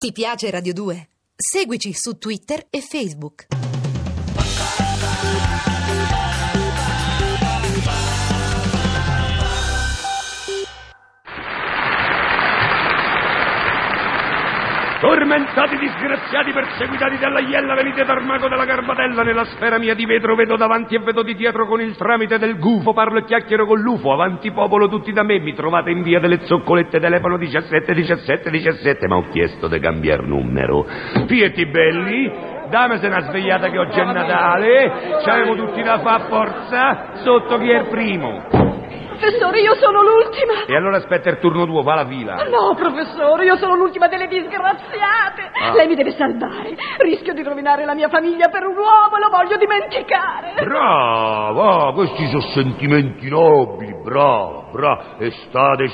Ti piace Radio 2? Seguici su Twitter e Facebook. Tormentati disgraziati, perseguitati dalla iella, venite dal mago della Garbatella. Nella sfera mia di vetro vedo davanti e vedo di dietro, con il tramite del gufo parlo e chiacchiero con l'UFO. Avanti popolo tutti da me, mi trovate in via delle Zoccolette, telefono 171717, ma ho chiesto di cambiare numero. Pieti belli, dammi una svegliata che oggi è Natale, c'avevo tutti da fa forza, sotto chi è il primo? Professore, io sono l'ultima. E allora aspetta il turno tuo, fa la fila. No, professore, io sono l'ultima delle disgraziate. Lei mi deve salvare. Rischio di rovinare la mia famiglia per un uomo, lo voglio dimenticare. Brava, questi sono sentimenti nobili, brava. E stateci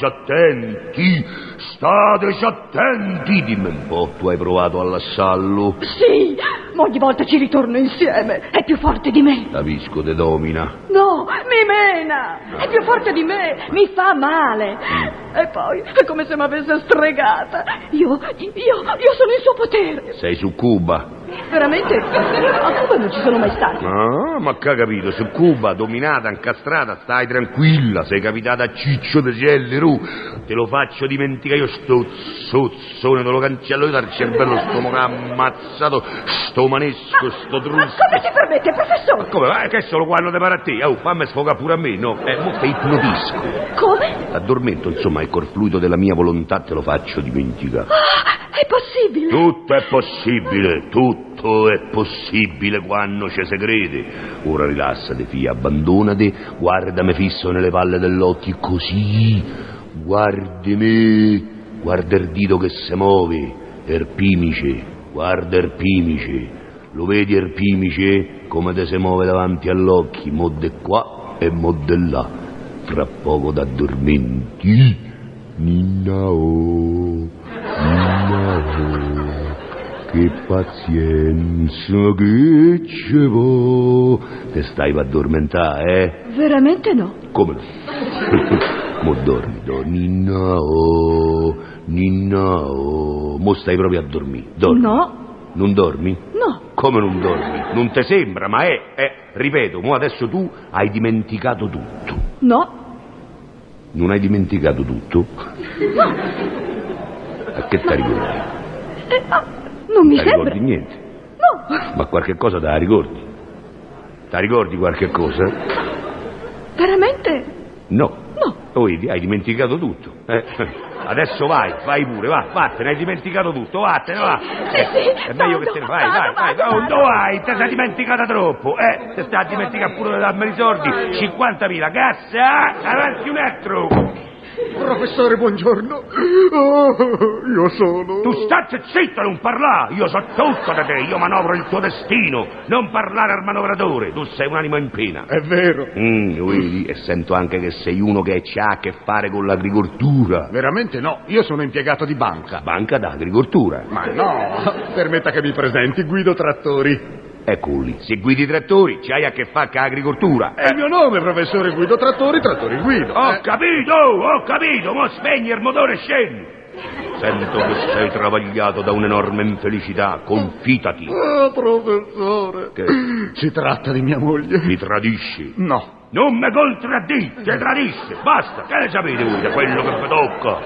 attenti, dimmi un po', tu hai provato a lasciarlo? Sì, ma ogni volta ci ritorno insieme, è più forte di me. Capisco, te domina. No, mi mena, è più forte di me, mi fa male. E poi è come se mi avesse stregata. Io sono in suo potere. Sei su Cuba? Veramente? A Cuba non ci sono mai stati. Ah, ma che ha capito, su Cuba, dominata, incastrata, stai tranquilla, sei capitata a Ciccio de Celleru, te lo faccio dimenticare io sto zozzone, te lo cancello io dal cervello, sto mo' ammazzato, sto manesco, sto truzzo. Ma come si permette, professore? Ma come, che è solo quando te pare a te? Fammi sfogare pure a me, no? Mo' te ipnotisco. Come? Addormento, insomma, e col fluido della mia volontà te lo faccio dimenticare. È possibile? Tutto è possibile quando ci si crede. Ora rilassati, figlia, abbandonati, guardami fisso nelle palle dell'occhio, così, guardi me, guarda il dito che si muove, Erpimice, guarda Erpimice, lo vedi Erpimice come te si muove davanti all'occhio, mo de qua e mo de là, fra poco t'addormenti, Ninnao, che pazienza che ci vuole. Te stai per addormentare, Veramente no. Come no? Mo dormi, Ninnao, mo stai proprio a dormire, dormi. No. Non dormi? No. Come non dormi? Non te sembra, ma ripeto, mo adesso tu hai dimenticato tutto. No. Non hai dimenticato tutto? No. A che ti ricordi? Non mi Ti sembra. ricordi niente? No. Ma qualche cosa te la ricordi? Ti ricordi qualche cosa? Veramente? No. No. Vedi, hai dimenticato tutto. Adesso vai pure, vattene, hai dimenticato tutto, vattene, va. Sì, È meglio che te ne vai. Dove vai? Te sei dimenticata troppo. Te stai a dimenticare pure di darmi i soldi. 50.000, cassa, avanti un altro. Professore, buongiorno. Io sono... Tu state zitto, non parlare. Io so tutto da te, io manovro il tuo destino. Non parlare al manovratore, tu sei un'anima in pena. È vero. Vedi, e sento anche che sei uno che c'ha a che fare con l'agricoltura. Veramente no, io sono impiegato di banca. Banca d'agricoltura? Ma no, permetta che mi presenti, guido trattori. Eccoli, se guidi i trattori, c'hai a che fare con l'agricoltura. È il mio nome, professore, guido trattori guido. Ho capito, mo spegni il motore e scendi. Sento che sei travagliato da un'enorme infelicità, confidati. Professore. Che? Si tratta di mia moglie. Mi tradisci? No. Non mi contraddi, ti tradisce, basta, che ne sapete voi da quello che vi tocca?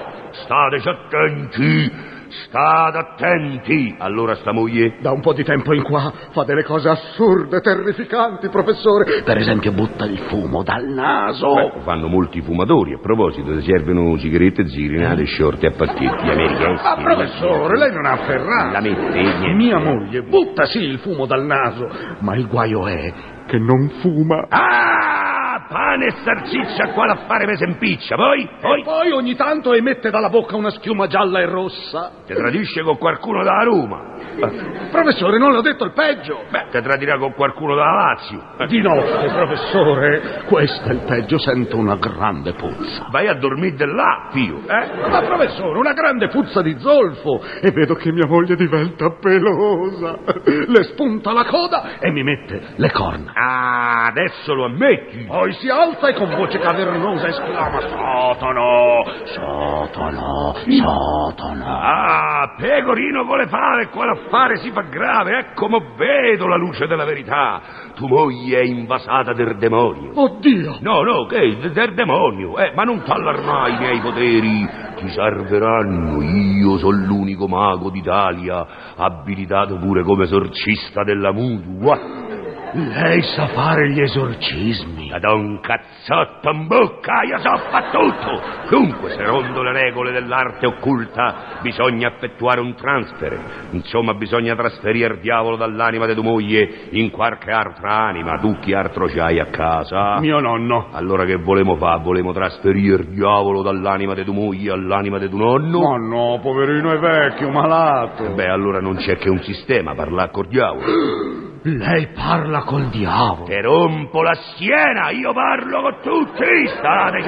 State attenti. Allora sta moglie? Da un po' di tempo in qua fa delle cose assurde, terrificanti, professore. Per esempio butta il fumo dal naso. Fanno molti fumatori. A proposito, ti servono sigarette, zirinate, short e pacchetti americani. Ma professore, lei non ha afferrato. La mette niente. Mia moglie butta sì il fumo dal naso, ma il guaio è che non fuma. Pane e salsiccia qua l'affare me sempiccia, poi? E poi ogni tanto emette dalla bocca una schiuma gialla e rossa. Ti tradisce con qualcuno dalla Roma. Professore, non le ho detto il peggio. Ti tradirà con qualcuno dalla Lazio. Di notte, professore, questo è il peggio, sento una grande puzza. Vai a dormire di là, fio, Ma professore, una grande puzza di zolfo, e vedo che mia moglie diventa pelosa. Le spunta la coda e mi mette le corna. Adesso lo ammetti. Poi si alza e con voce cavernosa esclama: Satana, Satana, Satana. Ah, Pecorino con le fave, qua l'affare si fa grave, ecco mo vedo la luce della verità. Tu moglie è invasata del demonio. Oddio! No, che? Del demonio. Ma non t'allarmai, i miei poteri ti salveranno. Io sono l'unico mago d'Italia, abilitato pure come esorcista della mutua. Lei sa fare gli esorcismi. Da un cazzotto in bocca, io so fa tutto. Dunque, secondo le regole dell'arte occulta, bisogna effettuare un transfer. Insomma, bisogna trasferire il diavolo dall'anima di tua moglie in qualche altra anima. Tu chi altro c'hai a casa? Mio nonno. Allora che volemo fare? Volemo trasferire il diavolo dall'anima di tua moglie all'anima di tuo nonno? Ma no, poverino è vecchio, malato. Beh, allora non c'è che un sistema, parlare col diavolo. Lei parla col diavolo. Te rompo la schiena, io parlo con tutti, state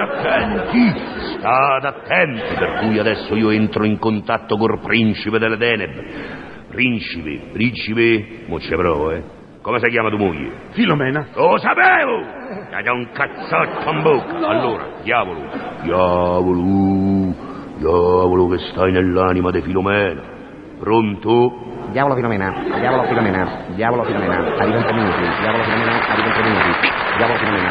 attenti, per cui adesso io entro in contatto col principe delle tenebre. Principe, mo ce provo, Come si chiama tua moglie? Filomena. Lo sapevo! C'è un cazzotto in bocca. No. Allora, diavolo che stai nell'anima di Filomena. Pronto? Diavolo Filomena, arriva in 3 minuti, diavolo Filomena, arriva in 3 minuti, diavolo Filomena,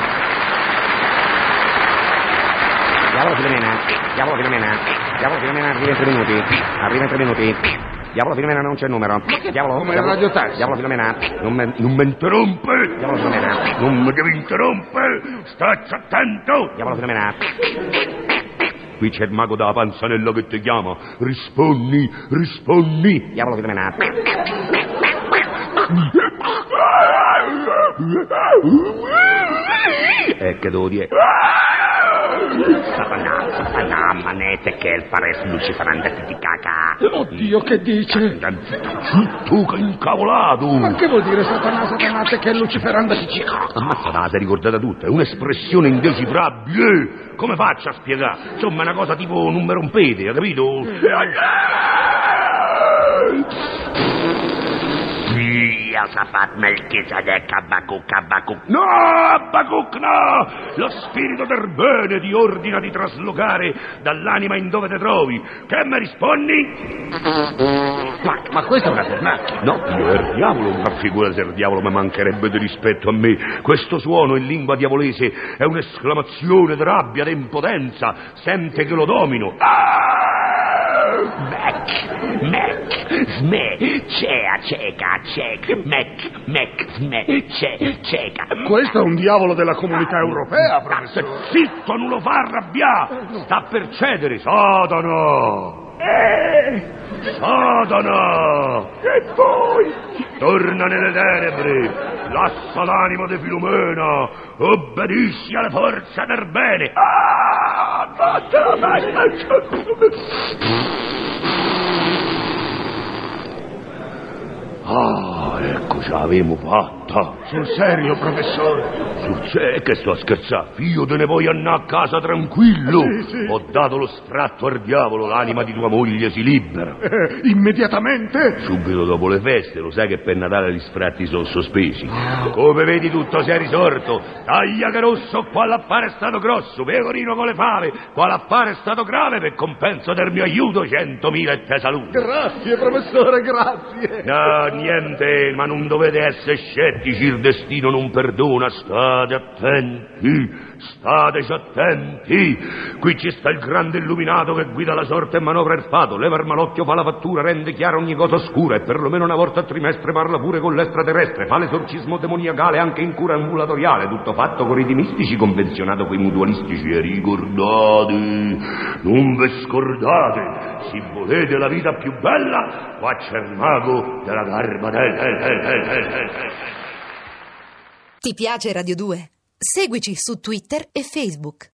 arriva in 3 minuti, diavolo Filomena non c'è il numero, diavolo, come il radiotaxi, diavolo Filomena, non mi interrompe, diavolo Filomena, non mi devi interrompere, stai attento, diavolo Filomena. Qui c'è il mago della panzanella che ti chiama. Rispondi. Diavolo Filomena. Che devo dire? Satana, manete che il pares luciferanda ti caca. Oddio, che dice? Tu che incavolato! Ma che vuol dire Satana che è luciferanda ti caca? Ammazza, sei ricordata tutta, è un'espressione indecifrabile. Come faccio a spiegare? Insomma, è una cosa tipo non me rompete, hai capito? Yosafat Melchizedek Abacuc. No, Abacuc, no! Lo spirito del bene ti ordina di traslocare dall'anima in dove te trovi. Che mi rispondi? Ma questa è una pernacchia. No, io è il diavolo, ma figurati se il diavolo mi mancherebbe di rispetto a me. Questo suono in lingua diavolese è un'esclamazione di rabbia, di impotenza. Sente che lo domino. Ceca. Questo è un diavolo della comunità europea, professore. Zitto, non lo fa arrabbiare. Sta per cedere, Satana. E poi torna nelle tenebre, lassa l'anima di Filomena, obbedisci alle forze del bene. Ecco, ce l'avemo fatta. Sul serio, professore? Sul serio? Che sto a scherzare? Io te ne voglio andare a casa tranquillo. Sì. Ho dato lo stratto al diavolo, l'anima di tua moglie si libera. Immediatamente? Subito dopo le feste, lo sai che per Natale gli sfratti sono sospesi. Come vedi tutto si è risorto. Taglia che rosso, qua l'affare è stato grosso. Pecorino con le fave, qua l'affare è stato grave. Per compenso del mio aiuto 100.000 e te saluto. Grazie, professore, grazie. No, niente, ma non dovete essere scettici, il destino non perdona. State attenti. Qui ci sta il grande illuminato che guida la sorte e manovra il fato. Leva il malocchio, fa la fattura, rende chiara ogni cosa oscura e perlomeno una volta a trimestre parla pure con l'extraterrestre. Fa l'esorcismo demoniacale anche in cura ambulatoriale, tutto fatto con riti mistici, convenzionato coi mutualistici. E ricordate, non vi scordate, se volete la vita più bella, qua c'è il mago della garba del. Ti piace Radio 2? Seguici su Twitter e Facebook.